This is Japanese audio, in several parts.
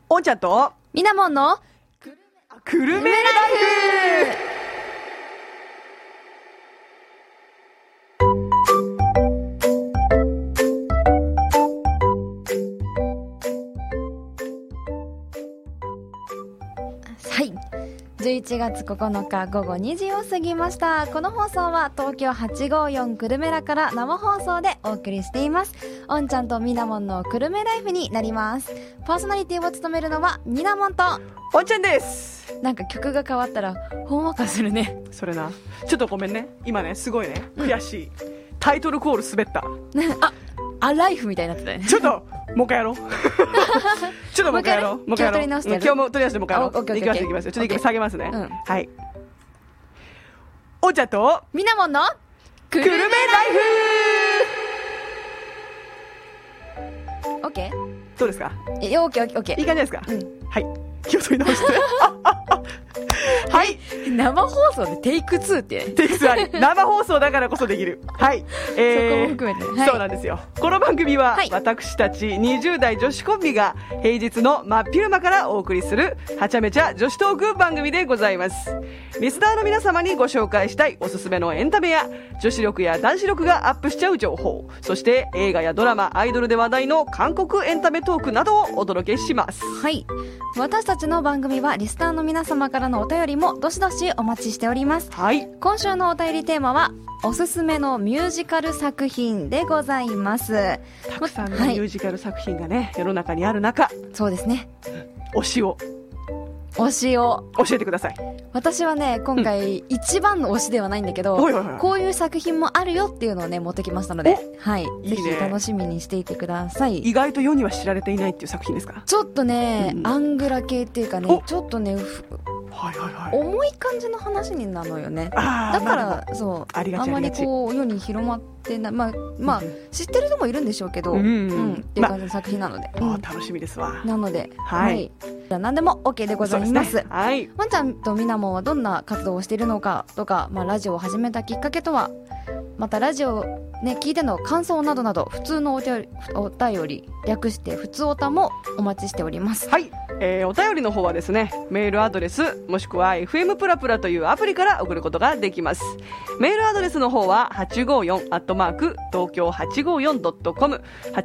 おんちゃんとみなもんのくるめライフ。 はい、11月9日午後2時を過ぎました。この放送は東京854くるめらから生放送でお送りしています。おんちゃんとみなもんのくるめライフになります。パーソナリティを務めるのはみなもんとおんちゃんです。 なんか曲が変わったらほんわかするね。 それな、ちょっとごめんね、今ねすごいね悔しい、タイトルコール滑ったあライフみたいになってたよね。 ちょっともう一回やろうちょっともう一回やろう。 もう一回やろう。今日取り直してやる。 今日も取り直してもう一回やろう。 オッケーオッケーいきますいきます。ちょっと一回下げますね、はい。おんちゃんとみなもんのくるめライフ。 オッケー。 どうですか？ オッケーオッケーオッケー。 いい感じですか？はい、気を取り直してはい、 生放送でテイク2ってテイク2あり、生放送だからこそできる。はい、 そこも含めて、はい、 そうなんですよ。この番組は、 はい、 私たち20代女子コンビが平日の真っ昼間からお送りするはちゃめちゃ女子トーク番組でございます。リスナーの皆様にご紹介したいおすすめのエンタメや女子力や男子力がアップしちゃう情報、そして映画やドラマ、アイドルで話題の韓国エンタメトークなどをお届けします。 はい、私たちの番組はリスナーの皆様からのお便りもどしどしお待ちしております。 はい、 今週のお便りテーマはおすすめのミュージカル作品でございます。 たくさんのミュージカル作品がね、世の中にある中、 そうですね、 推しを教えてください。 私はね今回、一番の推しではないんだけど、こういう作品もあるよっていうのをね持ってきましたので、はい、 いいね、 ぜひ楽しみにしていてください。 意外と世には知られていないっていう作品ですか？ ちょっとね、アングラ系っていうかね、ちょっとね重い感じの話になるのよね。だからそうあんまりこう世に広まってない、まあ知ってる人もいるんでしょうけど、っていう感じの作品なので、 楽しみですわ。 なので、はい、じゃあ何でも OK でございます。 はい、 ワンちゃんとみなもんはどんな活動をしているのかとか、ラジオを始めたきっかけとは、またラジオね聞いての感想などなど、普通のお便り略して普通おたもお待ちしております。 はい、お便りの方はですね、メールアドレスもしくは FM プラプラというアプリから送ることができます。メールアドレスの方は854@東京854.com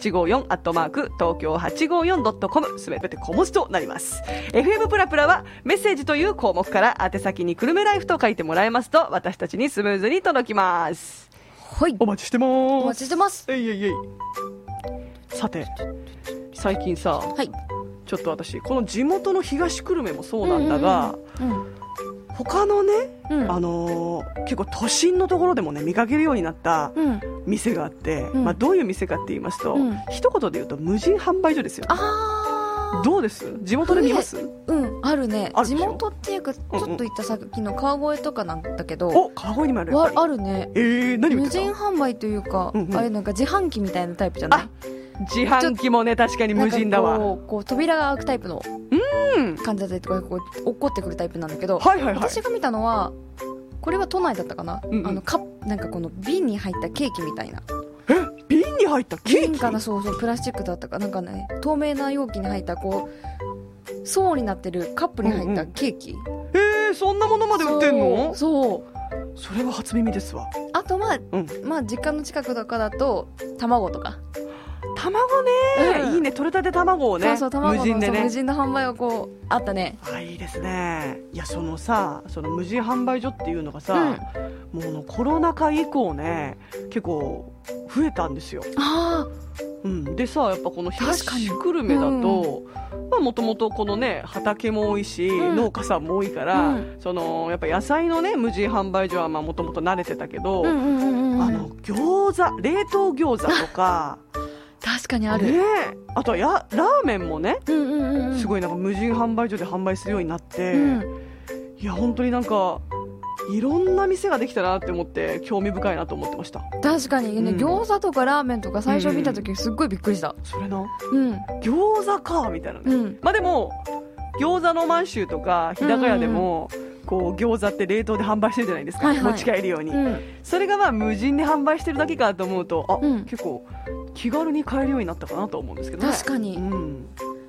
854@東京854.com、すべて小文字となります。 FM プラプラはメッセージという項目から宛先にくるめライフと書いてもらえますと、私たちにスムーズに届きます。 はい、 お待ちしてます。 お待ちしてます。 さて最近さ、 はい、 ちょっと私この地元の東久留米もそうなんだが、他のね、結構都心のところでもね見かけるようになった店があって、どういう店かって言いますと、一言で言うと無人販売所ですよ。どうです？地元で見ます？ あるね。地元っていうかちょっと行った先の川越とかなんだけど、 川越にもある。 あるね。 何無人販売というか、あれなんか自販機みたいなタイプじゃない？ 自販機もね確かに無人だわ。 こう扉が開くタイプの感じだったりとか、こう落っこってくるタイプなんだけど、私が見たのはこれは都内だったかな、なんかこの瓶に入ったケーキみたいな。 瓶に入ったケーキ？ 瓶かな、そうプラスチックだったかなんかね、透明な容器に入ったこう層になってるカップに入ったケーキ。 そんなものまで売ってんの？ それは初耳ですわ。あと実家の近くとかだと卵とか。 卵ね、いいね、取れたて卵をね、 卵無人でね、 無人の販売がこうあったね。 いいですね。いやその無人販売所っていうのがさ、もうコロナ禍以降ね結構増えたんですよ。でさ、やっぱこの東久留米だともともとこのね畑も多いし、農家さんも多いから、やっぱ野菜のね無人販売所はもともと慣れてたけど、餃子、冷凍餃子とか確かにある、 あとはラーメンもね、すごいなんか無人販売所で販売するようになって、いや本当になんかいろんな店ができたなって思って興味深いなと思ってました。 確かにね、餃子とかラーメンとか最初見た時すっごいびっくりした。 それな、餃子かみたいなね、でも餃子の満州とか日高屋でも、こう餃子って冷凍で販売してるじゃないですか、持ち帰るように、それが無人で販売してるだけかと思うと結構気軽に買えるようになったかなと思うんですけどね。 確かに、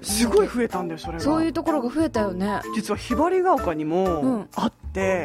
すごい増えたんだよそれが。 そういうところが増えたよね。 実はひばりが丘にもあって、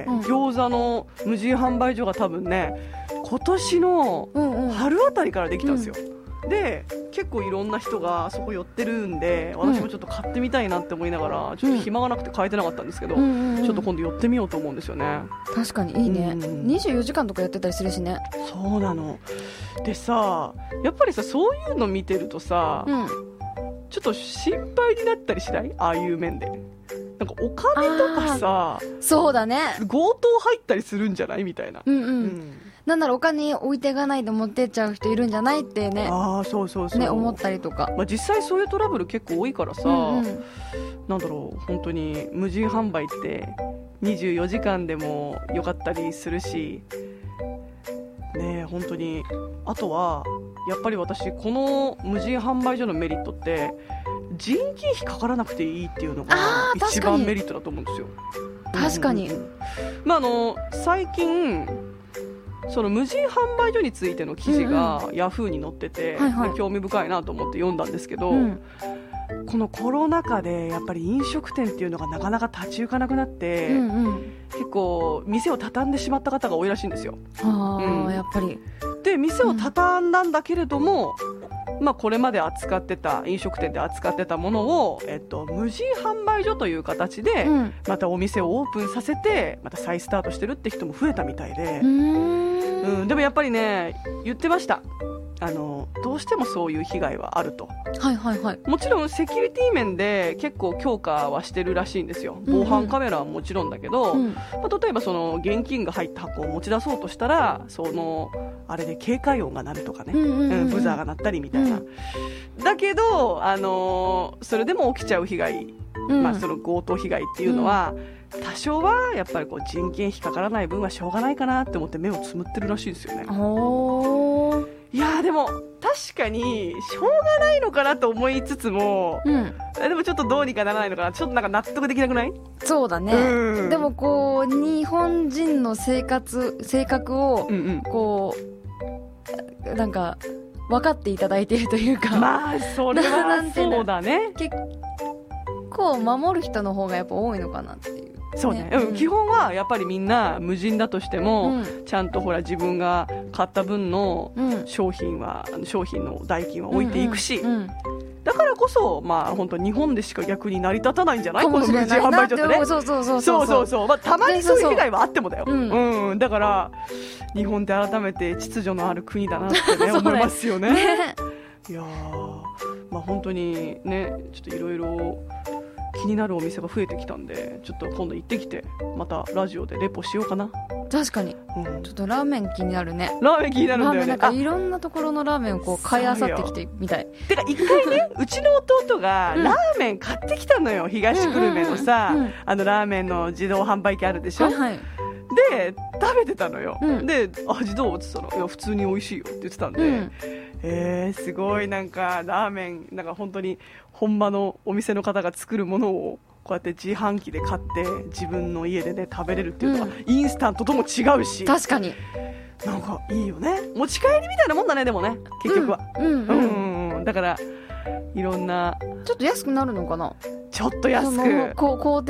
餃子の無人販売所が多分ね今年の春あたりからできたんですよ、で結構いろんな人がそこ寄ってるんで、私もちょっと買ってみたいなって思いながら、ちょっと暇がなくて買えてなかったんですけど、ちょっと今度寄ってみようと思うんですよね。 確かにいいね、24時間とかやってたりするしね。 そうなの。でさ、やっぱりさ、そういうの見てるとさ、ちょっと心配になったりしない？ああいう面でなんかお金とかさ、 そうだね、 強盗入ったりするんじゃないみたいな。 なんならお金置いていかないで持ってっちゃう人いるんじゃないってね、 そうね、思ったりとか、 実際そういうトラブル結構多いからさ、なんだろう、本当に無人販売って24時間でもよかったりするしね。本当にあとはやっぱり私この無人販売所のメリットって人件費かからなくていいっていうのが一番メリットだと思うんですよ。 確かに、 最近その無人販売所についての記事がヤフーに載ってて、興味深いなと思って読んだんですけど、このコロナ禍でやっぱり飲食店っていうのがなかなか立ち行かなくなって、結構店を畳んでしまった方が多いらしいんですよ。 やっぱりで店を畳んだんだけれども、これまで扱ってた飲食店で扱ってたものを、無人販売所という形で、またお店をオープンさせてまた再スタートしてるって人も増えたみたいで、でもやっぱりね言ってました。どうしてもそういう被害はあると。もちろんセキュリティ面で結構強化はしてるらしいんですよ。防犯カメラはもちろんだけど、例えばその現金が入った箱を持ち出そうとしたら、そのあれで警戒音が鳴るとかね、ブザーが鳴ったりみたいな、だけど、それでも起きちゃう被害、その強盗被害っていうのは、多少はやっぱりこう人件費かからない分はしょうがないかなって思って目をつむってるらしいですよね。いやでも確かにしょうがないのかなと思いつつも、でもちょっとどうにかならないのかな、ちょっとなんか納得できなくない？ そうだね、でもこう日本人の性格をこうなんか分かっていただいているというか、 それはそうだね。 結構守る人の方がやっぱ多いのかなっていう。 そうね、基本はやっぱりみんな無人だとしても、ちゃんとほら自分が買った分の商品の代金は置いていくし、だからこそ本当日本でしか逆に成り立たないんじゃない、この無人販売所ってね。そうたまにそういう被害はあってもだよ。だから日本って改めて秩序のある国だなってね思いますよね。いや本当にね、ちょっといろいろ気になるお店が増えてきたんで、ちょっと今度行ってきてまたラジオでレポしようかな。 確かに、ちょっとラーメン気になるね。 ラーメン気になるんだよね。 なんかいろんあところのラーメンをこう買いあさってきてみたい。 てか一回ねうちの弟がラーメン買ってきたのよ。東久留米のさ、ラーメンの自動販売機あるでしょ、で食べてたのよ、で味どうって言ったら、いや普通に美味しいよって言ってたんで、すごいなんかラーメンなんか本当に本場のお店の方が作るものをこうやって自販機で買って自分の家でね食べれるっていうのは、インスタントとも違うし、 確かになんかいいよね。持ち帰りみたいなもんだね。でもね結局はだからいろんな、 ちょっと安くなるのかな。 ちょっと安く工程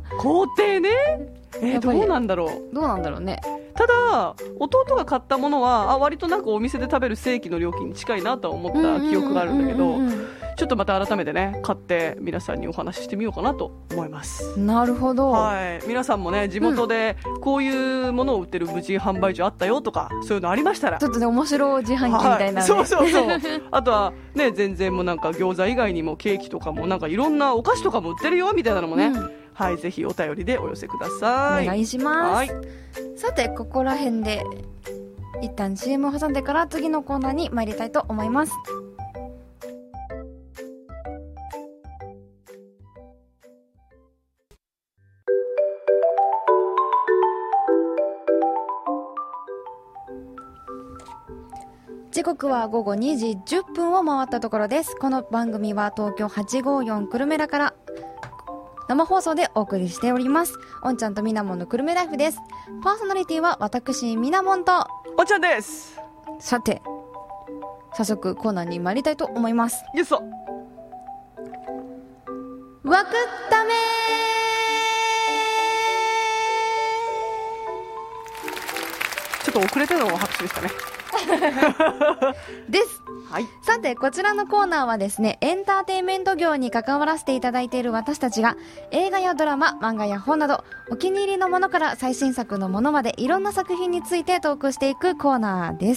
ね、 どうなんだろうね。 ただ弟が買ったものは割となんかお店で食べる正規の料金に近いなとは思った記憶があるんだけど、ちょっとまた改めてね買って皆さんにお話ししてみようかなと思います。 なるほど、 皆さんもね地元でこういうものを売ってる無人販売所あったよとか、そういうのありましたらちょっとね面白い自販機みたいな、 そうあとはね全然もうなんか餃子以外にもケーキとかもなんかいろんなお菓子とかも売ってるよみたいなのもね、ぜひお便りでお寄せください。 お願いします。さてここら辺で一旦 CM を挟んでから次のコーナーに参りたいと思います。時刻は午後2時10分を回ったところです。この番組は東京854久留米らから生放送でお送りしております。おんちゃんとみなもんの久留米ライフです。パーソナリティは私みなもんとおんちゃんです。 さて早速コーナーに参りたいと思います。 わくっためちょっと遅れての拍手でしたねです。 はい、 さてこちらのコーナーはですね、エンターテインメント業に関わらせていただいている私たちが映画やドラマ、漫画や本などお気に入りのものから最新作のものまでいろんな作品についてトークしていくコーナーです。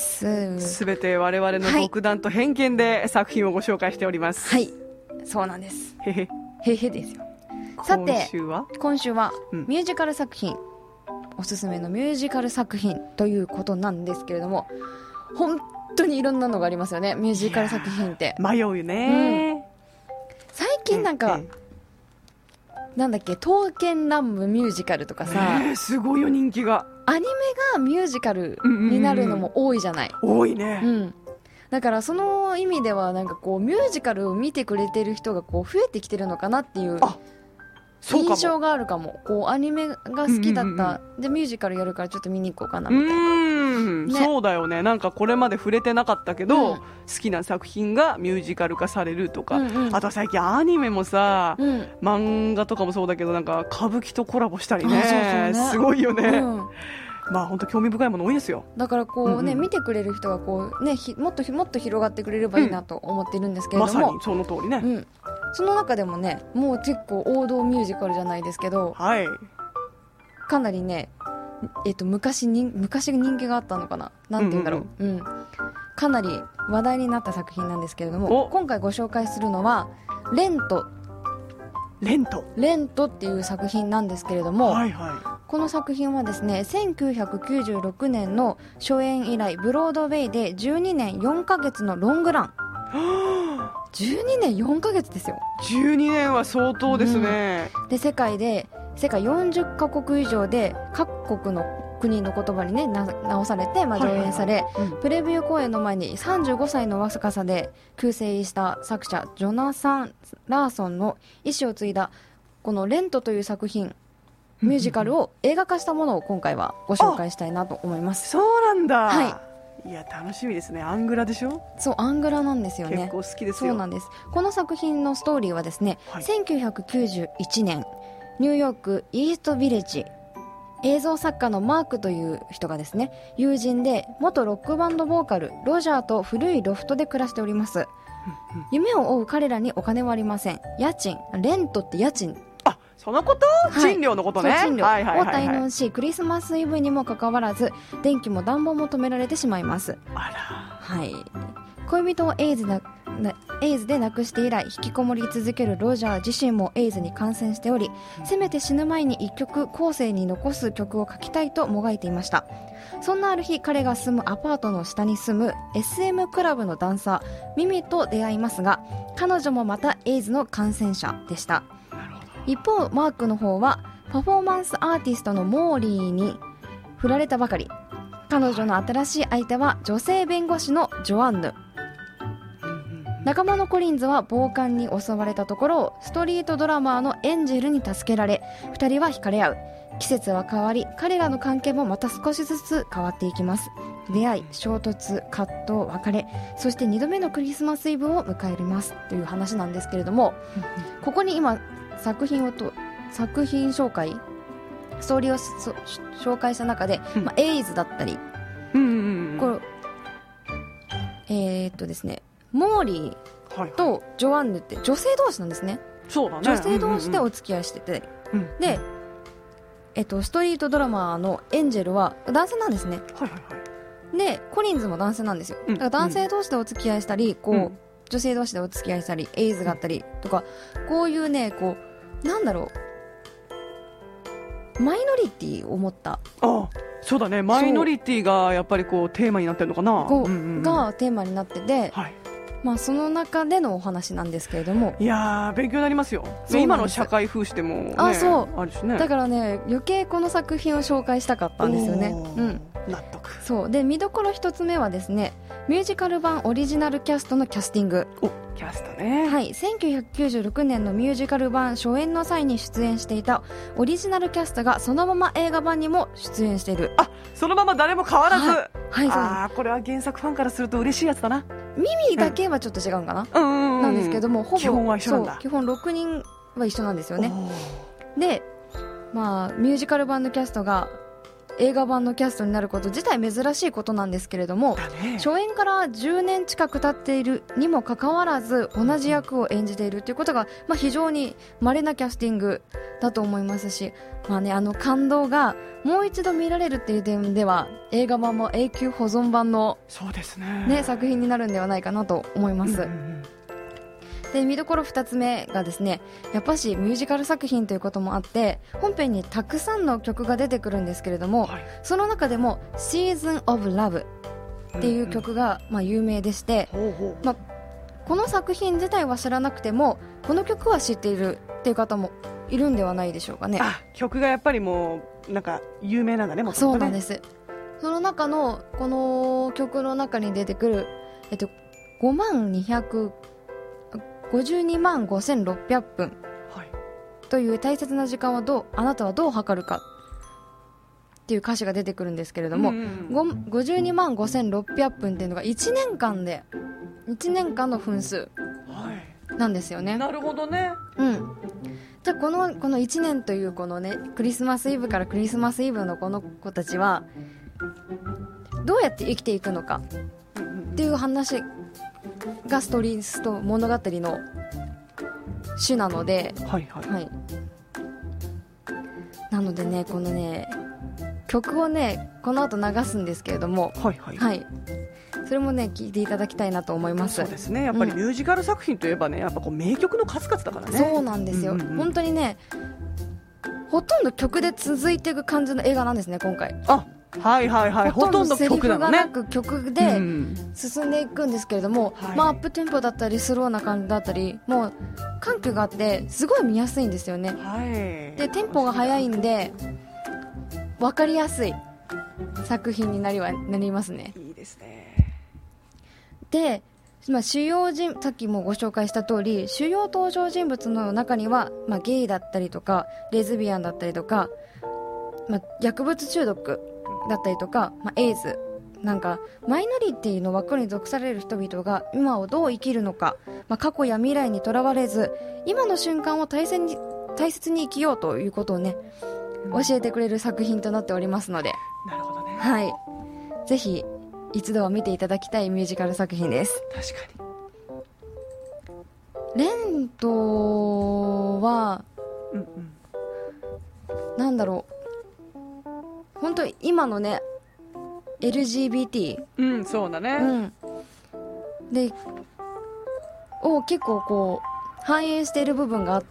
すべて我々の独断と偏見で作品をご紹介しております。 はい、そうなんです。 へへへへですよ。さて今週はミュージカル作品、おすすめのミュージカル作品ということなんですけれども、本当にいろんなのがありますよね、ミュージカル作品って。 迷うよね、 最近なんか、なんだっけ、刀剣乱舞ミュージカルとかさ、 すごいよ人気が。 アニメがミュージカルになるのも多いじゃない、 多いね、 だからその意味ではなんかこうミュージカルを見てくれてる人がこう増えてきてるのかなっていう印象があるかも。こうアニメが好きだった、でミュージカルやるからちょっと見に行こうかなみたいな、 そうだよね。なんかこれまで触れてなかったけど、好きな作品がミュージカル化されるとか、あとは最近アニメもさ、漫画とかもそうだけどなんか歌舞伎とコラボしたりね、すごいよね、まあ本当興味深いもの多いですよ。 だからこうね、見てくれる人がこうね、もっと広がってくれればいいなと思っているんですけれども、 まさにその通りね、 その中でもね、もう結構王道ミュージカルじゃないですけど、かなりね、昔人気があったのかな、なんて言うんだろう、かなり話題になった作品なんですけれども、今回ご紹介するのはレントっていう作品なんですけれども、この作品はですね、1996年の初演以来ブロードウェイで12年4ヶ月のロングラン12年4ヶ月ですよ。 12年は相当ですね、 で世界40カ国以上で各国の国の言葉にね直されて、上演され、プレビュー公演の前に35歳の若さで急逝した作者ジョナサン・ラーソンの意思を継いだこのレントという作品、ミュージカルを映画化したものを今回はご紹介したいなと思います。 そうなんだ、いや楽しみですね。アングラでしょ。 そう、アングラなんですよね。 結構好きですよ。 そうなんです。この作品のストーリーはですね、1991年ニューヨークイーストビレッジ、映像作家のマークという人がですね、友人で元ロックバンドボーカルロジャーと古いロフトで暮らしております。夢を追う彼らにお金はありません。家賃、レントって家賃、 そのこと、賃料のことね。 賃料を滞納し、クリスマスイブにもかかわらず電気も暖房も止められてしまいます。恋人をエイズで亡くして以来引きこもり続けるロジャー自身もエイズに感染しており、せめて死ぬ前に一曲後世に残す曲を書きたいともがいていました。そんなある日、彼が住むアパートの下に住む SM クラブのダンサーミミと出会いますが、彼女もまたエイズの感染者でした。一方マークの方はパフォーマンスアーティストのモーリーに振られたばかり。彼女の新しい相手は女性弁護士のジョアンヌ。仲間のコリンズは暴漢に襲われたところをストリートドラマーのエンジェルに助けられ、2人は惹かれ合う。季節は変わり、彼らの関係もまた少しずつ変わっていきます。出会い、衝突、葛藤、別れ、そして2度目のクリスマスイブを迎えますという話なんですけれども、ここに今作品紹介、ストーリーを紹介した中で、エイズだったり、これですね、モーリーとジョアンヌって女性同士なんですね。 そうだね、 女性同士でお付き合いしてて、で、ストリートドラマーのエンジェルは男性なんですね。でコリンズも男性なんですよ。だから男性同士でお付き合いしたり、女性同士でお付き合いしたり、エイズがあったりとか、こういうね、こうなんだろう、マイノリティを持った、 そうだね、マイノリティがやっぱりこうテーマになってるのかな、 がテーマになってて、その中でのお話なんですけれども、 いやー勉強になりますよ。今の社会風刺でも、ね、あるしね。 だからね、余計この作品を紹介したかったんですよね。 納得。 そうで、見どころ一つ目はですね、ミュージカル版オリジナルキャストのキャスティング。 キャストね。 1996年のミュージカル版初演の際に出演していたオリジナルキャストがそのまま映画版にも出演している。 そのまま誰も変わらず。これは原作ファンからすると嬉しいやつだな。 耳だけはちょっと違うかな、なんですけども、ほぼ基本は一緒なんだ。 基本6人は一緒なんですよね。で、まあ、ミュージカル版のキャストが映画版のキャストになること自体珍しいことなんですけれども、初演から10年近く経っているにもかかわらず同じ役を演じているということが、まあ、非常に稀なキャスティングだと思いますし、まあね、感動がもう一度見られるっていう点では映画版も永久保存版の、 そうですね、 ね、作品になるんではないかなと思います。で、見どころ2つ目がですね、やっぱしミュージカル作品ということもあって本編にたくさんの曲が出てくるんですけれども、はい、その中でも Season of Love っていう曲が、まあ、有名でして、まあ、この作品自体は知らなくてもこの曲は知っているっていう方もいるんではないでしょうかね。 あ、曲がやっぱりもうなんか有名なんだね、もともとね。 そうなんです。その中のこの曲の中に出てくる、52万5600分という大切な時間をあなたはどう測るかっていう歌詞が出てくるんですけれども、52万5600分っていうのが1年間の分数なんですよね。 なるほどね。 じゃあこの1年というこのね、クリスマスイブからクリスマスイブのこの子たちはどうやって生きていくのかっていう話がストーリーと物語の主なので、なのでね、このね曲をねこの後流すんですけれども、それもね聴いていただきたいなと思います。 そうですね、やっぱりミュージカル作品といえばね、やっぱこう名曲の数々だからね。 そうなんですよ、本当にねほとんど曲で続いていく感じの映画なんですね今回。 あ、ほとんど曲なのね。 セリフがなく曲で進んでいくんですけれども、まあ、アップテンポだったりスローな感じだったり、もう緩急があってすごい見やすいんですよね。でテンポが速いんで分かりやすい作品になりますね。 いいですね。 で、まあ、さっきもご紹介した通り主要登場人物の中には、まあ、ゲイだったりとかレズビアンだったりとか、まあ、薬物中毒だったりとか、まあ、エイズなんかマイノリティの枠に属される人々が今をどう生きるのか、まあ、過去や未来にとらわれず今の瞬間を大切に生きようということをね、教えてくれる作品となっておりますので。 なるほどね。 はい、ぜひ一度は見ていただきたいミュージカル作品です。 確かに。レントは、なんだろう、本当今のね LGBT、 そうだね、 でを結構こう反映している部分があって、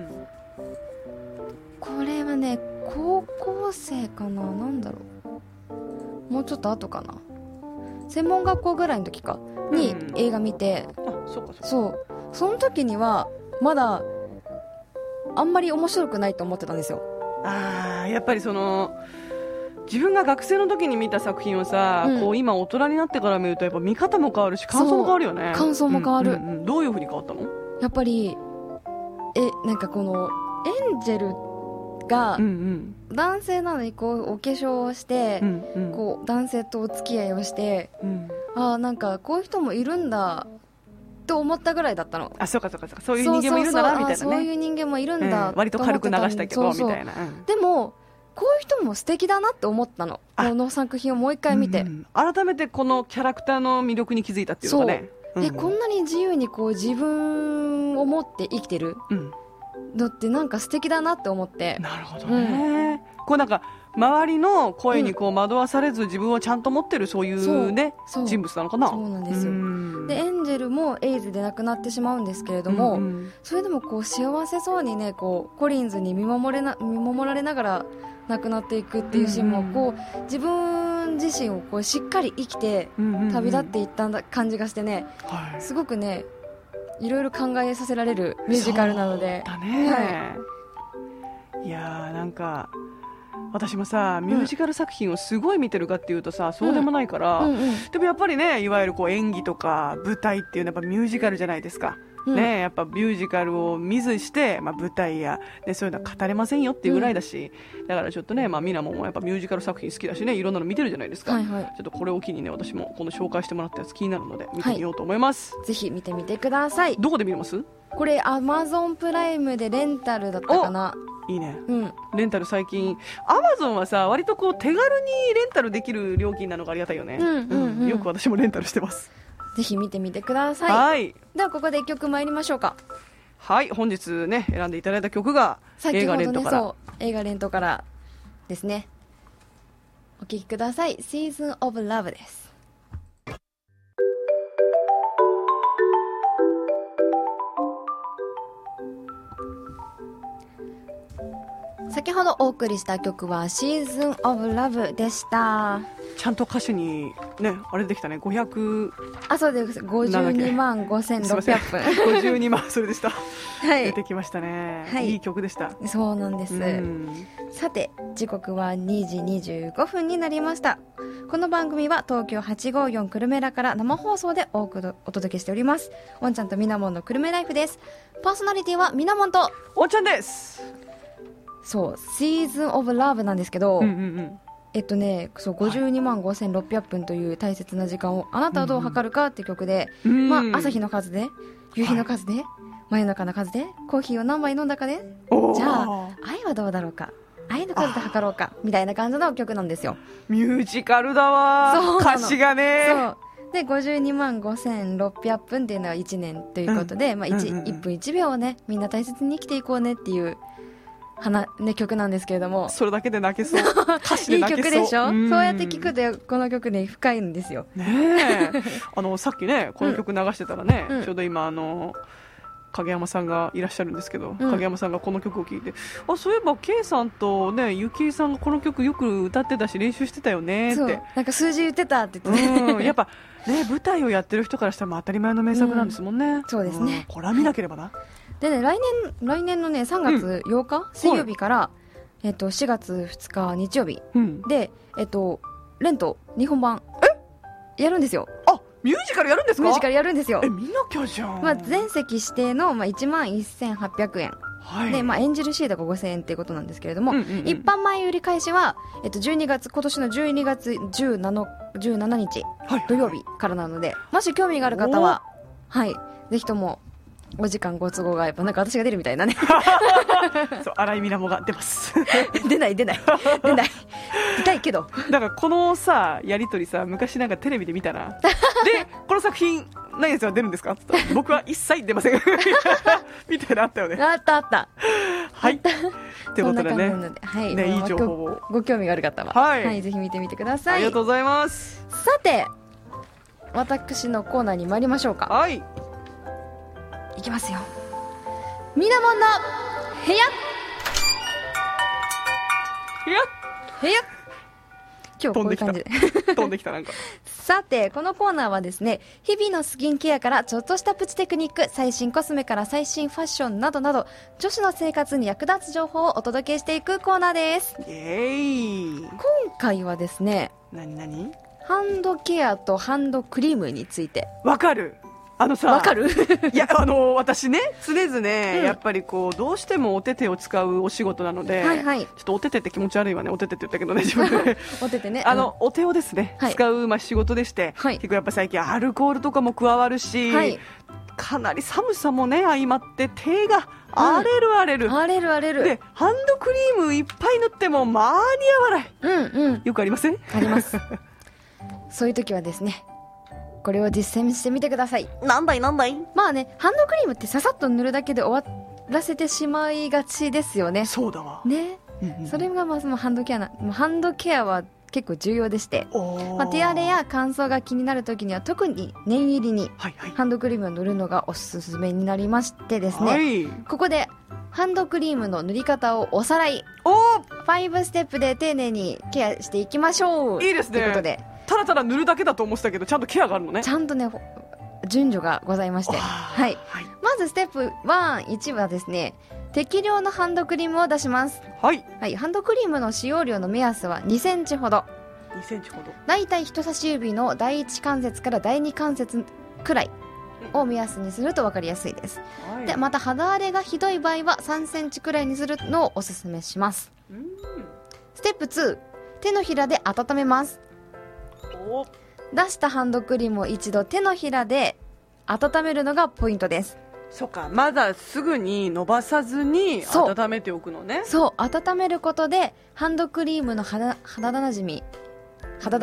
これはね高校生かな、なんだろう、もうちょっと後かな、専門学校ぐらいの時かに映画見て、その時にはまだあんまり面白くないと思ってたんですよ。 やっぱりその自分が学生の時に見た作品をさ、こう今大人になってから見るとやっぱ見方も変わるし感想も変わるよね。 感想も変わる、 どういう風に変わったの？ やっぱりなんかこのエンジェルが男性なのにこうお化粧をして、こう男性とお付き合いをして、なんかこういう人もいるんだと思ったぐらいだったの。 そうかそういう人間もいるんだなみたいなね。 そういう人間もいるんだ、 割と軽く流したけどみたいな。 でもこういう人も素敵だなって思ったの、この作品をもう一回見て、 改めてこのキャラクターの魅力に気づいたっていうのがね。 こんなに自由にこう自分を持って生きてるのってなんか素敵だなって思って。 なるほどね、こうなんか周りの声にこう惑わされず自分をちゃんと持ってるそういうね、人物なのかな。 そうなんですよ。でエンジェルもエイズで亡くなってしまうんですけれども、それでもこう幸せそうにね、こうコリンズに見守られながら亡くなっていくっていうシーンも、こう自分自身をこうしっかり生きて旅立っていった感じがしてね、すごくねいろいろ考えさせられるミュージカルなので。 そうだね、いやーなんか私もさミュージカル作品をすごい見てるかっていうとさ、そうでもないから、でもやっぱりね、いわゆるこう演技とか舞台っていうのはやっぱミュージカルじゃないですか、やっぱミュージカルを見ずして、舞台や、そういうのは語れませんよっていうぐらいだし、だからちょっとね、みなもやっぱミュージカル作品好きだしね、いろんなの見てるじゃないですか、ちょっとこれを機にね、私もこの紹介してもらったやつ気になるので見てみようと思います。 ぜひ見てみてください。 どこで見れます？ これ Amazon プライムでレンタルだったかな。 いいね、レンタル最近 Amazon はさ割とこう手軽にレンタルできる料金なのがありがたいよね。よく私もレンタルしてます。 ぜひ見てみてください。 はい、 ではここで1曲参りましょうか。 はい、本日ね選んでいただいた曲が映画レントから、 そう映画レントからですね。お聴きください。 Season of Love です。先ほどお送りした曲は Season of Love でした。 ちゃんと歌詞にねあれできたね。500 そうです。52万5600分 52万それでした、はい、出てきましたね、はい、いい曲でした。 そうなんです。さて時刻は2時25分になりました。この番組は東京854久留米らから生放送でお届けしております。おんちゃんとみなもんの久留米ライフです。パーソナリティはみなもんとおんちゃんです。 そう、Season of Love なんですけど、そう52万5600分という大切な時間をあなたはどう測るかって曲で、朝日の数で夕日の数で、真夜中の数でコーヒーを何杯飲んだかで、じゃあ愛はどうだろうか、愛の数で測ろうかみたいな感じの曲なんですよ。 ミュージカルだわ。歌詞がね。そうで52万5600分っていうのは1年ということで、1分1秒をねみんな大切に生きていこうねっていう曲なんですけれども、 それだけで泣けそう。歌詞で泣けそう。 いい曲でしょ。そうやって聞くとこの曲ね深いんですよね。さっきねこの曲流してたらね、ちょうど今影山さんがいらっしゃるんですけど、影山さんがこの曲を聴いて、そういえば K さんとねゆきえさんがこの曲よく歌ってたし練習してたよねって、 なんか数字言ってたって言ってね、 やっぱね舞台をやってる人からしたら当たり前の名作なんですもんね。 そうですね。 これは見なければな。 でね、来年のね3月8日、水曜日から、4月2日日曜日、でレント日本版やるんですよ。 ミュージカルやるんですか。 ミュージカルやるんですよ。 見なきゃじゃん。 全席指定の、1万1800円、で、演じるシートが5000円っていうことなんですけれども、一般前売り開始は、今年の12月17日、土曜日からなので、もし興味がある方は、ぜひともお時間ご都合があれば、なんか私が出るみたいなねそう荒井みなもが出ます出ない出たいけど、 だからこのさやりとりさ昔なんかテレビで見たなでこの作品何ですか出るんですかって言ったら僕は一切出ませんみたいなあったよね。 あったはいということでね、いい情報をご興味がある方は、ぜひ見てみてください。 ありがとうございます。 さて私のコーナーに参りましょうか。いきますよ。みなもんの部屋。今日こういう感じで飛んできたなんかさてこのコーナーはですね、日々のスキンケアからちょっとしたプチテクニック、最新コスメから最新ファッションなどなど、女子の生活に役立つ情報をお届けしていくコーナーです。今回はですね、 何ハンドケアとハンドクリームについて。 わかる。 わかるいや私ね常々、やっぱりこうどうしてもお手手を使うお仕事なので、ちょっとお手手って気持ち悪いわね。お手手って言ったけどね自分でお手手ね、 お手をですね、使う、仕事でして、結構やっぱ最近アルコールとかも加わるし、かなり寒さもね相まって手が荒れる、でハンドクリームいっぱい塗っても間に合わない、よくありません？ ありますそういう時はですね、これを実践してみてください。 なんだいハンドクリームってささっと塗るだけで終わらせてしまいがちですよね。 そうだわね、それがそのハンドケアは結構重要でして、手荒れや乾燥が気になる時には特に念入りにハンドクリームを塗るのがおすすめになりましてですね、ここでハンドクリームの塗り方をおさらい、5ステップで丁寧にケアしていきましょう。 いいですね。 ということで、 ただただ塗るだけだと思ってたけどちゃんとケアがあるのね。 ちゃんとね順序がございまして、まずステップ1はですね、適量のハンドクリームを出します。ハンドクリームの使用量の目安は2センチほど。だいたい人差し指の第一関節から第二関節くらいを目安にすると分かりやすいです。でまた肌荒れがひどい場合は3センチくらいにするのをおすすめします。ステップ2、手のひらで温めます。出したハンドクリームを一度手のひらで温めるのがポイントです。 そうか、まだすぐに伸ばさずに温めておくのね。 そう、温めることでハンドクリームの肌なじみ肌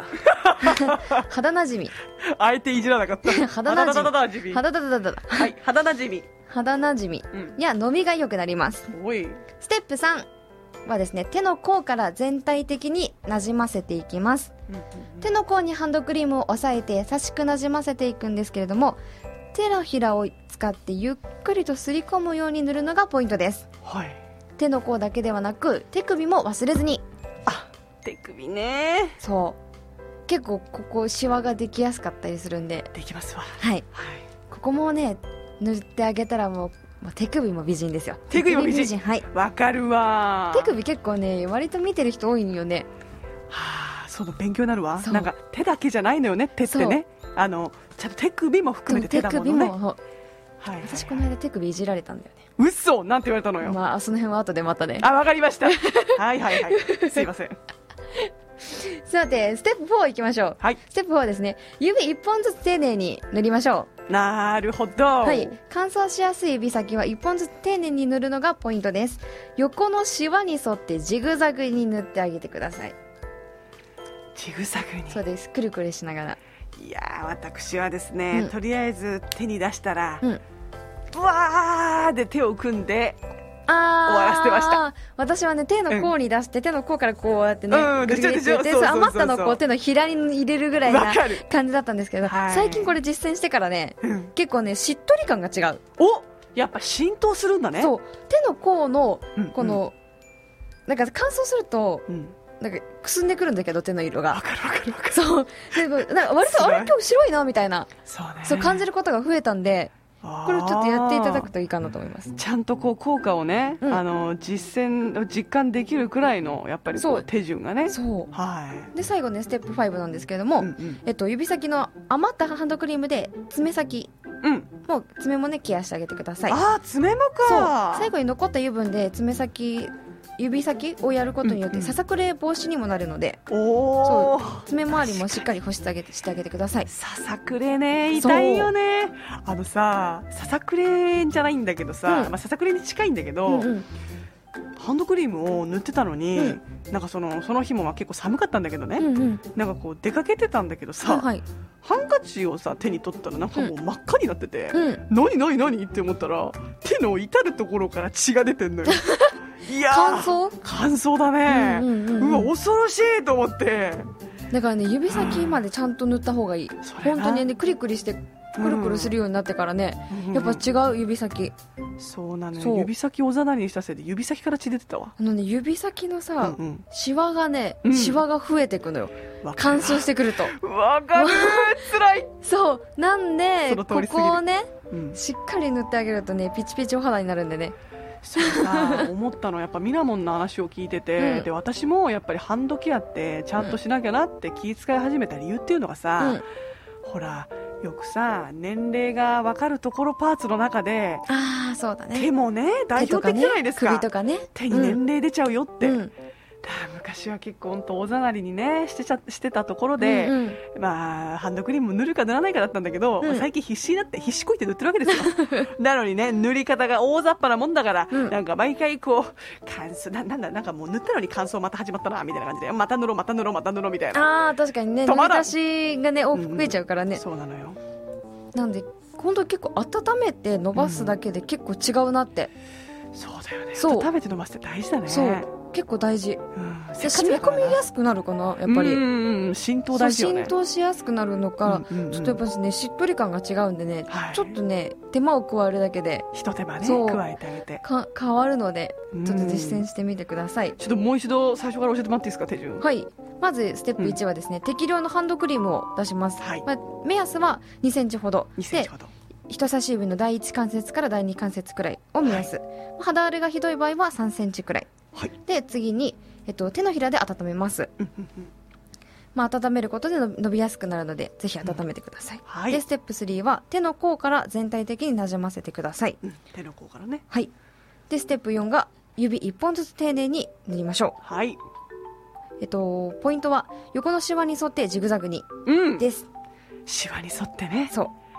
なじみあえていじらなかった肌なじみはい肌なじみや伸びが良くなります。 おい。 ステップ3はですね、手の甲から全体的になじませていきます。手の甲にハンドクリームを押さえて優しくなじませていくんですけれども、手のひらを使ってゆっくりとすり込むように塗るのがポイントです。 はい。 手の甲だけではなく手首も忘れずに。 あ、手首ね。 そう結構ここシワができやすかったりするんで。 できますわ。 はい、はい、ここもね塗ってあげたらもう手首も美人ですよ。 手首も美人。 はい、 わかるわ。 手首結構ね割と見てる人多いんよね。 はあ、そうだ、勉強になるわ。なんか手だけじゃないのよね、手ってね。ちゃんと手首も含めて手だものね。手首も、はい、私この間手首いじられたんだよね。 嘘、なんて言われたのよ。 まあその辺は後でまたね。 あ、わかりましたはいはいはい、すいませんさてステップ4いきましょう。はい、ステップ4はですね、指1本ずつ丁寧に塗りましょう。 なるほど。 はい、乾燥しやすい指先は1本ずつ丁寧に塗るのがポイントです。横のシワに沿ってジグザグに塗ってあげてください。 ジグザグに。 そうです、くるくるしながら。 いやー、私はですね、とりあえず手に出したら、ブワーで手を組んで終わらせてました。 私はね手の甲に出して、手の甲からこうやってね、ぐるぐるってやって、余ったのをこう手のひらに入れるぐらいな感じだったんですけど、最近これ実践してからね、結構ねしっとり感が違う。 お、やっぱ浸透するんだね。 そう、手の甲のこの、なんか乾燥すると、なんかくすんでくるんだけど手の色が。 わかるわかるわかる。 そうで、なんか割とあれ今日白いなみたいな、 そう感じることが増えたんで、これをちょっとやっていただくといいかなと思います。 ちゃんとこう効果をね、実感できるくらいのやっぱりこう手順がね。 そう、 はい。 で最後ねステップ5なんですけれども、指先の余ったハンドクリームで爪先、もう爪もねケアしてあげてください。 ああ、爪もか。 そう、最後に残った油分で指先をやることによってささくれ防止にもなるので、そう爪周りもしっかり保湿してあげてください。 ささくれね、痛いよね。ささくれじゃないんだけどさ、ささくれに近いんだけど、ハンドクリームを塗ってたのに、なんかその日も結構寒かったんだけどね、なんかこう出かけてたんだけどさ、ハンカチをさ手に取ったらなんかもう真っ赤になってて、何って思ったら手の至るところから血が出てんのよいや乾燥だね。うわ恐ろしいと思って。 だからね指先までちゃんと塗った方がいい。本当にねクリクリしてくるくるするようになってからね、やっぱ違う指先。そうなのよ、 指先おざなりにしたせいで指先から血出てたわ。 指先のさ、シワがね、シワが増えてくのよ、乾燥してくると。 わかる辛いそうなんでここをね、しっかり塗ってあげるとねピチピチお肌になるんでね。 そうさ思ったのやっぱミナモンの話を聞いてて、で私もやっぱりハンドケアってちゃんとしなきゃなって気遣い始めた理由っていうのがさ、ほらよくさ年齢が分かるところパーツの中で、 そうだね、 手もね代表的じゃないですか。 首とかね、 手に年齢出ちゃうよって、昔は結構本当おざなりにねしてたところで、ハンドクリーム塗るか塗らないかだったんだけど、最近必死になって必死こいて塗ってるわけですよなのにね塗り方が大雑把なもんだから、なんか毎回こう乾燥なんかもう塗ったのに乾燥また始まったなみたいな感じで、また塗ろうみたいな。 確かにね塗り出しがね多く増えちゃうからね、 そうなのよ。 なんで本当結構温めて伸ばすだけで結構違うなって、 そうだよね。温めて伸ばすって大事だね。 そう結構大事、染み込みやすくなるかなやっぱり。 浸透大事よね。 浸透しやすくなるのか、ちょっとやっぱねしっとり感が違うんでね、ちょっとね手間を加えるだけで一手間ね加えてあげて変わるので、ちょっと実践してみてください。 ちょっともう一度最初から教えてもらっていいですか、手順。 はい、まずステップ1はですね、適量のハンドクリームを出します。目安は2センチほどで、人差し指の第1関節から第2関節くらいを目安、肌荒れがひどい場合は3センチくらい、で次に、手のひらで温めます。温めることで伸びやすくなるのでぜひ温めてください。でステップ3は手の甲から全体的になじませてください。 手の甲からね。 はい。でステップ4が指1本ずつ丁寧に塗りましょう。 はい。 ポイントは横のシワに沿ってジグザグに、です。 シワに沿ってね。 そう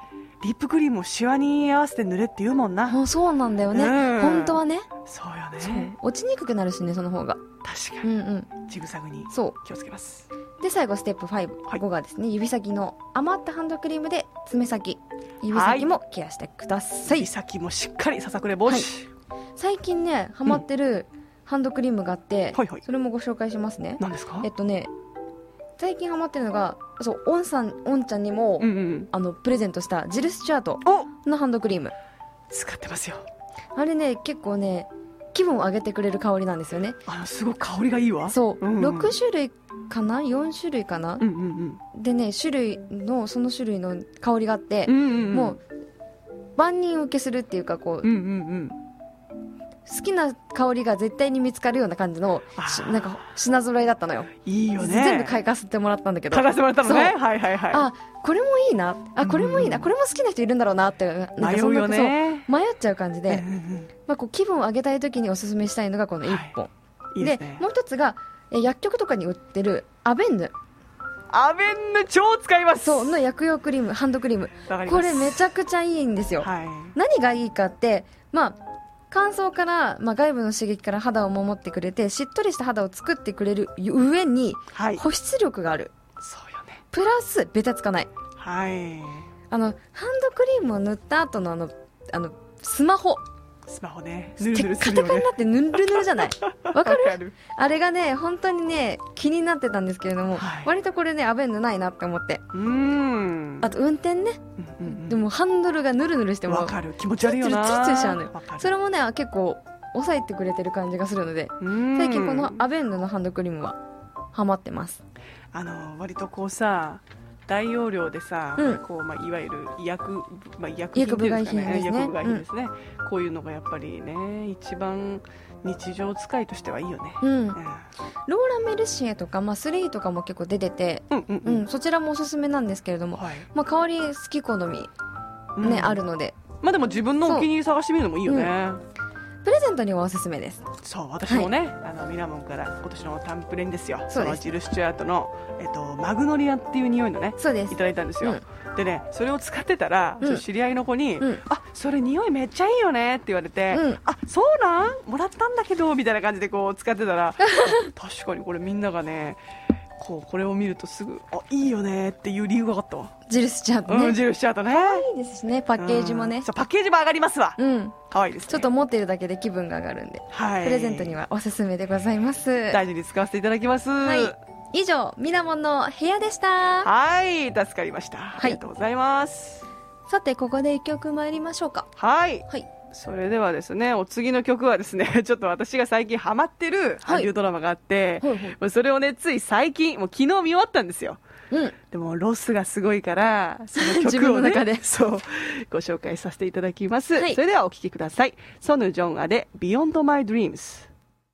リップクリームをシワに合わせて塗れって言うもんな。 そうなんだよね、本当はね。 そうよね。 落ちにくくなるしね、その方が。 確かに、ジグザグに気をつけます。 で最後ステップ5がですね、指先の余ったハンドクリームで爪先、指先もケアしてください。 指先もしっかりささくれ防止、 最近ねハマってるハンドクリームがあって、それもご紹介しますね。 何ですか？ 最近ハマってるのが、オンちゃんにも、プレゼントしたジル・スチュアートのハンドクリーム使ってますよ。 あれね、結構ね気分を上げてくれる香りなんですよね。 すごく香りがいいわ。 そう、6種類かな4種類かな、でねその種類の香りがあって、もう万人受けするっていうか、こう、好きな香りが絶対に見つかるような感じのなんか品揃えだったのよ。 いいよね。 全部買いかせてもらったんだけど。 買いかせてもらったのね。はいはいはい。 あ、これもいいな、これもいいな、これも好きな人いるんだろうなって、 迷うよね。 迷っちゃう感じで、こう気分を上げたい時におすすめしたいのがこの1本、でもう一つが薬局とかに売ってるアベンヌ超使います。 そうの薬用クリーム、ハンドクリーム、これめちゃくちゃいいんですよ。何がいいかって、乾燥から、外部の刺激から肌を守ってくれて、しっとりした肌を作ってくれる上に、保湿力がある。 そうよね。 プラスベタつかない。 はい。 ハンドクリームを塗った後のスマホね、 ぬるぬるするよね。カタカになってぬるぬるじゃない。わかる？あれがね本当にね気になってたんですけれども、割とこれねアベンヌないなって思って。あと運転ね、でもハンドルがぬるぬるしてもわかる、気持ち悪いよな。 ツルツルしちゃうのよ。それもね結構抑えてくれてる感じがするので、最近このアベンヌのハンドクリームはハマってます。 割とこうさ、大容量でさ、こういわゆる医薬部外品ですね。こういうのがやっぱりね一番日常使いとしてはいいよね。 ローラメルシエとか、3とかも結構出てて、そちらもおすすめなんですけれども、香り好き好み、あるので、 でも自分のお気に入り探してみるのもいいよね。 プレゼントにはおすすめです。 そう、私もね、ミラモンから今年のタンプレンですよ。そのジル・スチュアートの、マグノリアっていう匂いのね、いただいたんですよ。でね、それを使ってたら、知り合いの子に、それ匂いめっちゃいいよねって言われて、そうなん？もらったんだけどみたいな感じでこう使ってたら、確かにこれみんながね、これを見るとすぐいいよねっていう理由が分かったわ。 ジル・スチュアートね。 ジル・スチュアートね。 可愛いですしね、パッケージもね。 そう、パッケージも上がりますわ。可愛いですね。 ちょっと持ってるだけで気分が上がるんで、プレゼントにはおすすめでございます。 大事に使わせていただきます。 以上、ミラモンの部屋でした。 はい、助かりました。ありがとうございます。 さて、ここで一曲参りましょうか。 はい。それではですね、お次の曲はですね、ちょっと私が最近ハマってる韓流ドラマがあって、それをね、つい最近、もう昨日見終わったんですよ。でもロスがすごいから、その曲をね、 自分の中でそうご紹介させていただきます。それではお聴きください。ソヌ・ジョンアで Beyond My Dreams。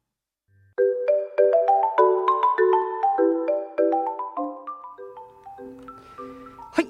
はい、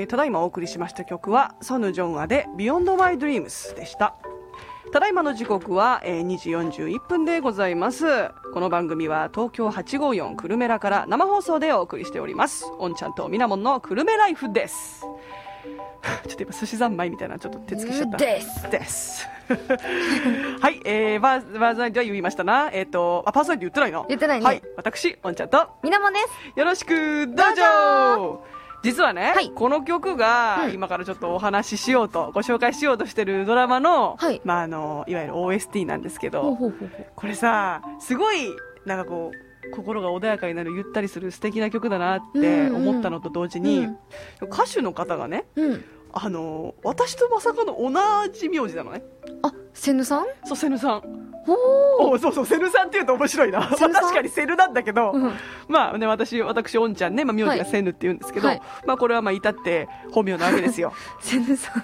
ただいまお送りしました曲はソヌ・ジョンアで Beyond My Dreams でした。ただいまの時刻は2時41分でございます。この番組は東京854久留米らから生放送でお送りしております。おんちゃんとみなもんの久留米ライフです。ちょっと今寿司三昧みたいなちょっと手つきしちゃったですはい、パーソナリティは言いましたな。パーソナリティ言ってないな。 言ってないね。 はい、私おんちゃんとみなもんです。 よろしくどうぞ。実はね、この曲が今からちょっとお話ししようと、ご紹介しようとしてるドラマの、いわゆる OST なんですけど、これさ、すごいなんかこう心が穏やかになる、ゆったりする素敵な曲だなって思ったのと同時に、歌手の方がね、私とまさかの同じ名字なのね。 セヌさん？ そう、セヌさん。そうセヌさんって言うと面白いな。確かにセヌなんだけど、私おんちゃんね、名字がセヌって言うんですけど、これは至って本名なわけですよ。 セヌさん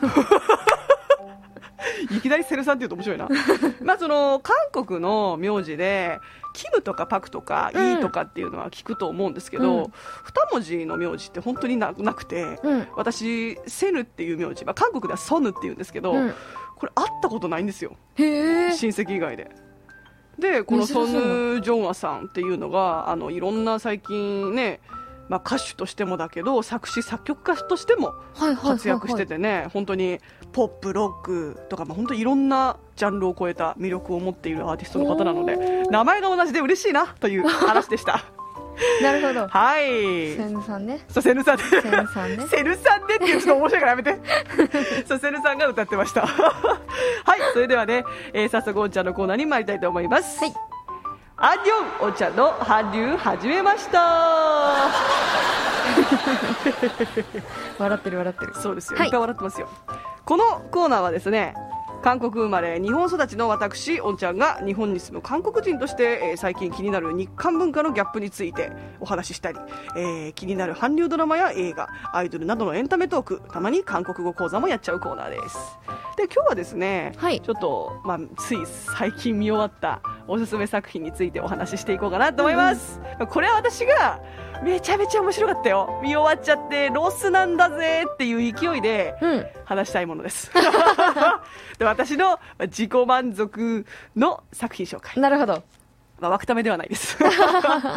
いきなりセヌさんって言うと面白いな。その韓国の名字でキムとかパクとかイとかっていうのは聞くと思うんですけど、2文字の名字って本当になくて、私セヌっていう名字、韓国ではソヌっていうんですけど、これ会ったことないんですよ、親戚以外で。でこのソヌ・ジョンアさんっていうのがいろんな最近ね、 歌手としてもだけど作詞作曲家としても活躍しててね、本当にポップロックとか、本当にいろんなジャンルを超えた魅力を持っているアーティストの方なので、名前が同じで嬉しいなという話でしたなるほど。 はい。 セヌさんね。 そう、セヌさんで。 セヌさんね。 セヌさんでっていうちょっと面白いからやめて。そう、セヌさんが歌ってました。はい、それではね、早速おんちゃんのコーナーに参りたいと思います。はい。アンニョン、おんちゃんの韓流始めました。 笑ってる笑ってる。 そうですよ。いっぱい笑ってますよ。このコーナーはですね、韓国生まれ日本育ちの私おんちゃんが日本に住む韓国人として、最近気になる日韓文化のギャップについてお話ししたり、気になる韓流ドラマや映画、アイドルなどのエンタメトーク、たまに韓国語講座もやっちゃうコーナーです。で、今日はですね、ちょっと、つい最近見終わったおすすめ作品についてお話ししていこうかなと思います。これは私がめちゃめちゃ面白かったよ、見終わっちゃってロスなんだぜっていう勢いで話したいものです、で、私の自己満足の作品紹介。 なるほど。 湧くためではないですはい、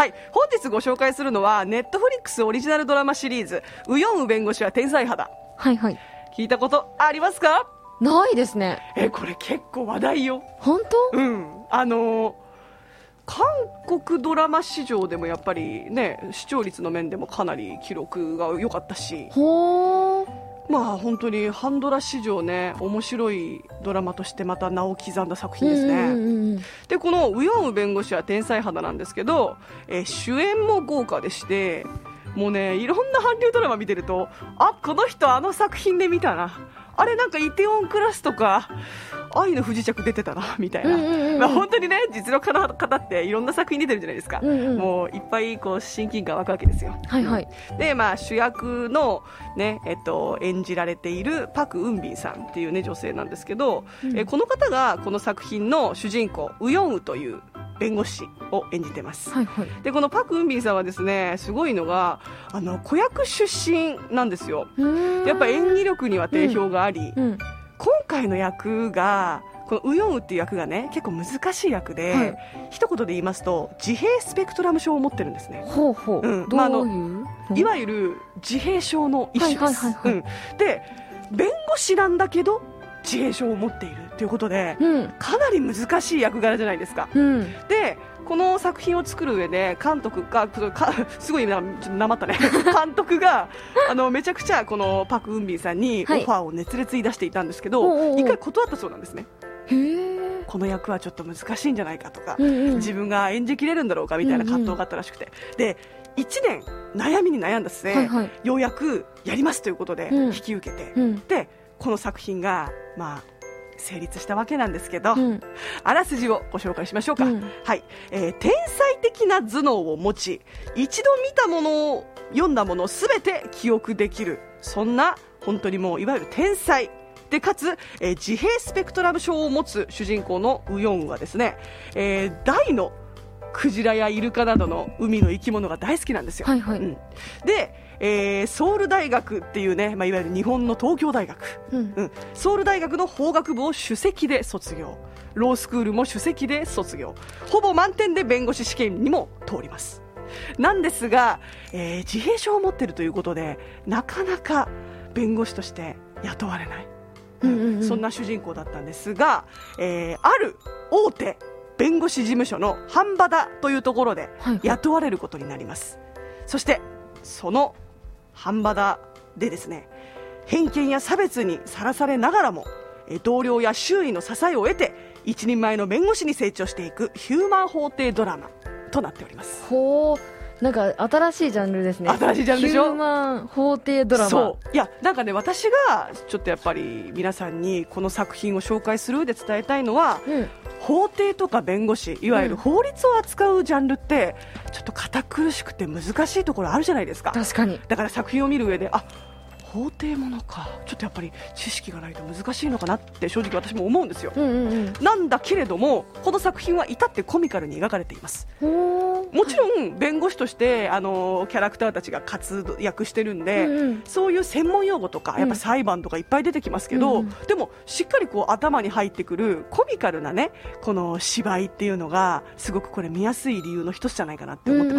本日ご紹介するのはネットフリックスオリジナルドラマシリーズ、ウヨンウ弁護士は天才肌。 はいはい。 聞いたことありますか？ ないですね。 これ結構話題よ。 本当？ うん。韓国ドラマ史上でもやっぱりね、視聴率の面でもかなり記録が良かったし、 ほー、 本当にハンドラ史上ね、面白いドラマとしてまた名を刻んだ作品ですね。で、このウヨンウ弁護士は天才肌なんですけど、主演も豪華でして、もうね、いろんな韓流ドラマ見てると、この人あの作品で見たな、あれなんかイテウォンクラスとか愛の不時着出てたなみたいな、本当にね、実力の方っていろんな作品出てるじゃないですか、もういっぱいこう親近感湧くわけですよ。 はいはい。 で、主役の、ね、演じられているパク・ウンビンさんっていう、ね、女性なんですけど、この方がこの作品の主人公ウヨンウという弁護士を演じてます、はいはい。で、このパク・ウンビンさんはですね、すごいのが子役出身なんですよ。やっぱ演技力には定評があり、今回の役がこのウヨンウっていう役がね、結構難しい役で、一言で言いますと自閉スペクトラム症を持ってるんですね。 ほうほう、どういう、 いわゆる自閉症の一種です。で、弁護士なんだけど自閉症を持っているということで、かなり難しい役柄じゃないですか、で、この作品を作る上で監督がすごいなまったね監督がめちゃくちゃこのパク・ウンビンさんにオファーを熱烈に出していたんですけど、一回断ったそうなんですね。この役はちょっと難しいんじゃないかとか、自分が演じきれるんだろうかみたいな葛藤があったらしくて、で、1年悩みに悩んだ末、ようやくやりますということで引き受けて、で、この作品が成立したわけなんですけど、あらすじをご紹介しましょうか。はい、天才的な頭脳を持ち、一度見たものを読んだものすべて記憶できる、そんな本当にもういわゆる天才で、かつ、自閉スペクトラム症を持つ主人公のウヨンウはですね、大のクジラやイルカなどの海の生き物が大好きなんですよ。で、ソウル大学っていうね、いわゆる日本の東京大学、ソウル大学の法学部を首席で卒業、ロースクールも首席で卒業、ほぼ満点で弁護士試験にも通ります。なんですが、自閉症を持っているということでなかなか弁護士として雇われない、そんな主人公だったんですが、ある大手弁護士事務所のハンバダというところで雇われることになります。そしてそのハンバダでですね、偏見や差別にさらされながらも同僚や周囲の支えを得て一人前の弁護士に成長していくヒューマン法廷ドラマとなっております。 ほう、なんか新しいジャンルですね。 新しいジャンルでしょ。 ヒューマン法廷ドラマ。 そう、いや、なんかね、私がちょっとやっぱり皆さんにこの作品を紹介する上で伝えたいのは、法廷とか弁護士、いわゆる法律を扱うジャンルってちょっと堅苦しくて難しいところあるじゃないですか。 確かに。 だから作品を見る上で、法廷ものか、ちょっとやっぱり知識がないと難しいのかなって正直私も思うんですよ。なんだけれども、この作品は至ってコミカルに描かれています。もちろん弁護士としてキャラクターたちが活躍してるんで、そういう専門用語とかやっぱ裁判とかいっぱい出てきますけど、でもしっかりこう頭に入ってくるコミカルなね、この芝居っていうのがすごくこれ見やすい理由の一つじゃないかなって思ってますね。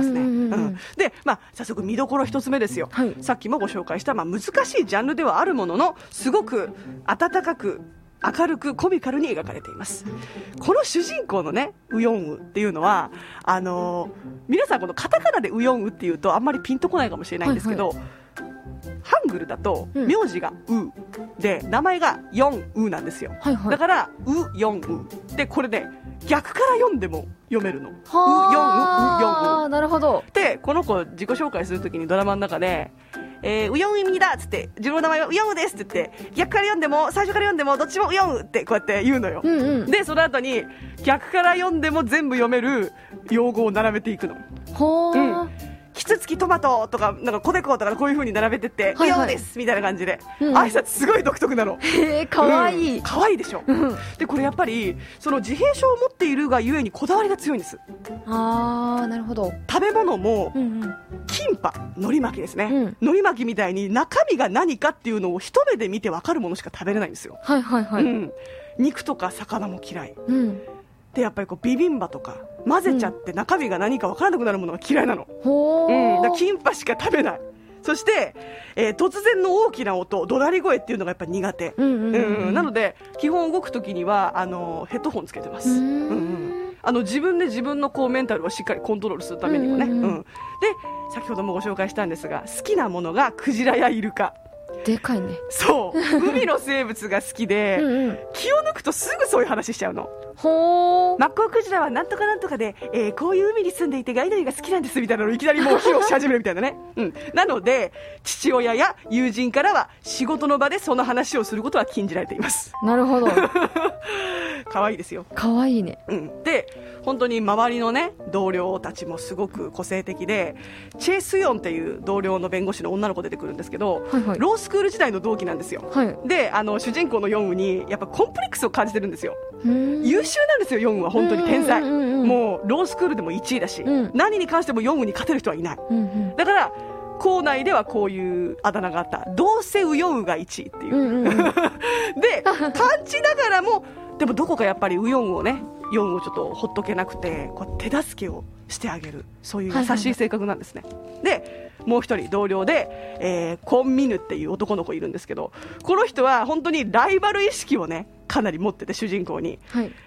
で、早速見どころ一つ目ですよ、さっきもご紹介した、難しいジャンルではあるもののすごく温かく明るくコミカルに描かれています。この主人公のねウヨンウっていうのは皆さんこのカタカナでウヨンウっていうとあんまりピンとこないかもしれないんですけど、ハングルだと名字がウで名前がヨンウなんですよ、だからウヨンウで、これで逆から読んでも読めるの。ウヨンウウヨンウ。 なるほど。 でこの子自己紹介するときにドラマの中でウヨンウミだっつって、自分の名前はウヨンウですって言って、逆から読んでも最初から読んでもどっちもウヨンウってこうやって言うのよ、でその後に逆から読んでも全部読める用語を並べていくの。 ほー、 キツツキトマトとかなんかコデコとかこういう風に並べてって、ウヨンですみたいな感じで、挨拶すごい独特なの。 かわいい、 かわいいでしょ、でこれやっぱりその自閉症を持っているがゆえにこだわりが強いんです。 なるほど。 食べ物も、キンパ、海苔巻きですね、海苔巻きみたいに中身が何かっていうのを一目で見て分かるものしか食べれないんですよ。肉とか魚も嫌い、でやっぱりこうビビンバとか混ぜちゃって中身が何か分からなくなるものが嫌いなの、だからキンパしか食べない。そして、突然の大きな音、怒鳴り声っていうのがやっぱり苦手、なので基本動くときにはヘッドホンつけてます。自分で自分のこうメンタルをしっかりコントロールするためにもね、で先ほどもご紹介したんですが、好きなものがクジラやイルカ。 でかいね。 そう海の生物が好きで気を抜くとすぐそういう話しちゃうの。マッコウクジラはなんとかなんとかで、こういう海に住んでいてガイドリが好きなんですみたいなのをいきなりもう披露し始めるみたいなね、なので父親や友人からは仕事の場でその話をすることは禁じられています。 なるほど可愛いですよ。 可愛いね、 で本当に周りのね同僚たちもすごく個性的で、チェ・スヨンっていう同僚の弁護士の女の子出てくるんですけど、ロースクール時代の同期なんですよ、で主人公のヨンウにやっぱコンプレックスを感じてるんですよ。優秀なんですよヨンウは、本当に天才、もうロースクールでも1位だし、何に関してもヨンウに勝てる人はいない、だから校内ではこういうあだ名があった。どうせウヨンウが1位っていうで感じながらもでもどこかやっぱりウヨンウをねヨンウをちょっとほっとけなくて、こう手助けをしてあげる、そういう優しい性格なんですね、でもう一人同僚で、コンミヌっていう男の子いるんですけど、この人は本当にライバル意識をねかなり持ってて、主人公に、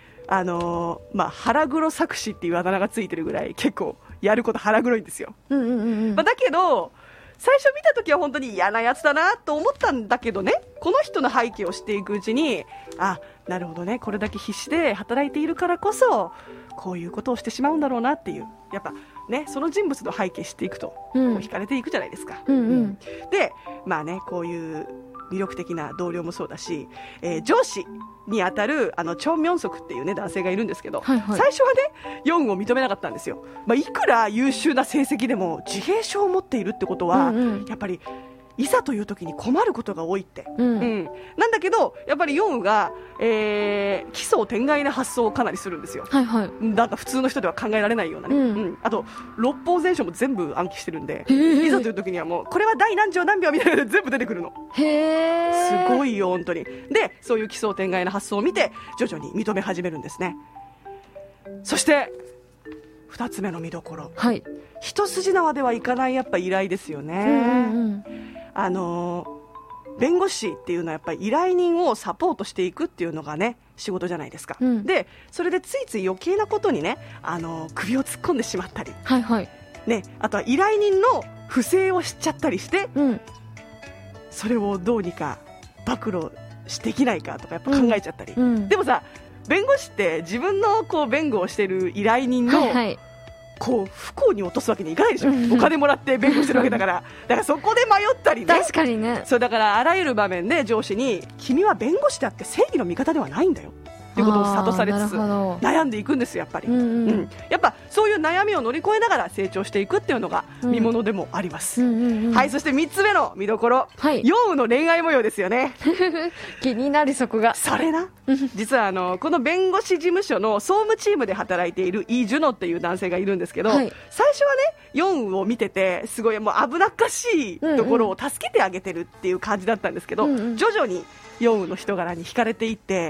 腹黒作詞っていうあだ名がついてるぐらい結構やること腹黒いんですよ、だけど最初見た時は本当に嫌なやつだなと思ったんだけどね、この人の背景を知っていくうちに、なるほどね、これだけ必死で働いているからこそこういうことをしてしまうんだろうなっていう、やっぱねその人物の背景知っていくと、惹かれていくじゃないですか、でこういう魅力的な同僚もそうだし、上司にあたるチョン・ミョンソクっていう、ね、男性がいるんですけど、最初はねヨンウを認めなかったんですよ、いくら優秀な成績でも自閉症を持っているってことは、やっぱりいざという時に困ることが多いって、なんだけどやっぱりヨンウが、奇想天外な発想をかなりするんですよ、なんか普通の人では考えられないようなね、あと六法全書も全部暗記してるんで、いざという時にはもうこれは第何条何秒みたいなので全部出てくるの。すごいよ本当に。でそういう奇想天外な発想を見て徐々に認め始めるんですね。そして2つ目の見どころ、一筋縄ではいかないやっぱ依頼ですよね、弁護士っていうのはやっぱり依頼人をサポートしていくっていうのがね仕事じゃないですか、でそれでついつい余計なことにね首を突っ込んでしまったり、あとは依頼人の不正を知っちゃったりして、それをどうにか暴露できないかとかやっぱ考えちゃったり、でもさ弁護士って自分のこう弁護をしている依頼人の、こう不幸に落とすわけにいかないでしょ、お金もらって弁護してるわけだからそこで迷ったりね。 確かにね。 そうだからあらゆる場面で上司に君は弁護士であって正義の味方ではないんだよっていうことを悟されつつ悩んでいくんですよやっぱり、やっぱそういう悩みを乗り越えながら成長していくっていうのが見ものでもあります、はい。そして3つ目の見どころ、ヨンウの恋愛模様ですよね気になるそこが。 それな実はこの弁護士事務所の総務チームで働いているイ・ジュノっていう男性がいるんですけど、最初はねヨンウを見ててすごいもう危なっかしいところを助けてあげてるっていう感じだったんですけど、徐々にヨンウの人柄に惹かれていって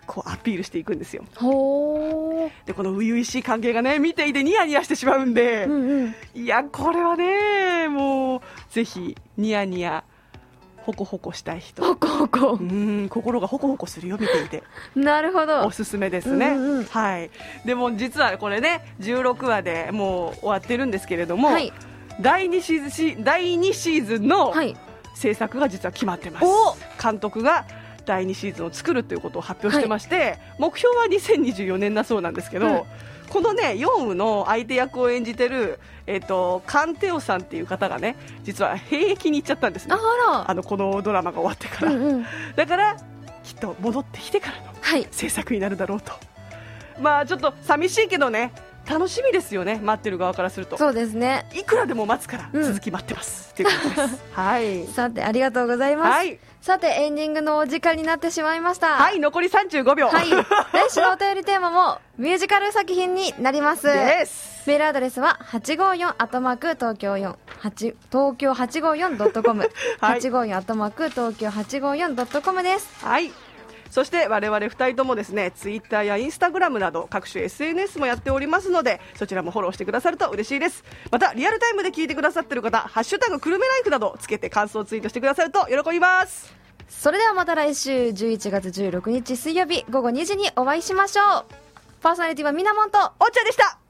こうアピールしていくんですよ。 ほー。 でこの初々しい関係がね見ていてニヤニヤしてしまうんで、いやこれはねもうぜひニヤニヤホコホコしたい人、 ホコホコ、 心がホコホコするよ見ていてなるほど、 おすすめですね、はい。でも実はこれね16話でもう終わってるんですけれども、はい、第2シーズンの制作が実は決まってます。監督が第2シーズンを作るということを発表してまして、はい、目標は2024年だそうなんですけど、このねヨンウの相手役を演じてる、カンテオさんっていう方がね実は兵役に行っちゃったんですね。このドラマが終わってから、だからきっと戻ってきてからの制作になるだろうと、まあちょっと寂しいけどね楽しみですよね、待ってる側からすると。 そうですね、 いくらでも待つから続き待ってます、ということですはい、 さてありがとうございます、はい、さてエンディングのお時間になってしまいました。 はい、残り35秒、はい、 来週のお便りテーマもミュージカル作品になりますメールアドレスは 854@東京854.com、はい、854@東京854.com です。 はい、そして我々2人ともですねツイッターやインスタグラムなど各種 SNS もやっておりますので、そちらもフォローしてくださると嬉しいです。またリアルタイムで聞いてくださっている方、ハッシュタグくるめライフなどつけて感想ツイートしてくださると喜びます。 それではまた来週11月16日水曜日午後2時にお会いしましょう。パーソナリティはみなもんとおっちゃんでした。